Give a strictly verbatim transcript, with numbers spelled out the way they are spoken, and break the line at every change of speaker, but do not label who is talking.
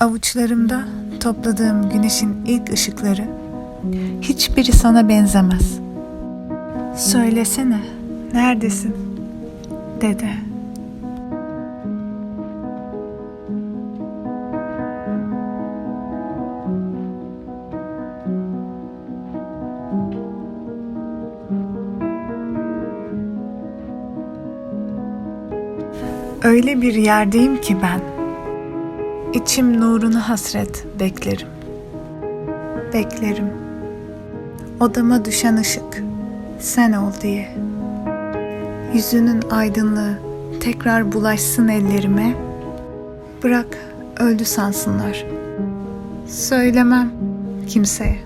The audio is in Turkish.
Avuçlarımda topladığım güneşin ilk ışıkları, hiçbiri sana benzemez. Söylesene, neredesin? Dedi. Öyle bir yerdeyim ki ben, İçim nurunu hasret beklerim. Beklerim. Odama düşen ışık, sen ol diye. Yüzünün aydınlığı tekrar bulaşsın ellerime. Bırak öldü sansınlar. Söylemem kimseye.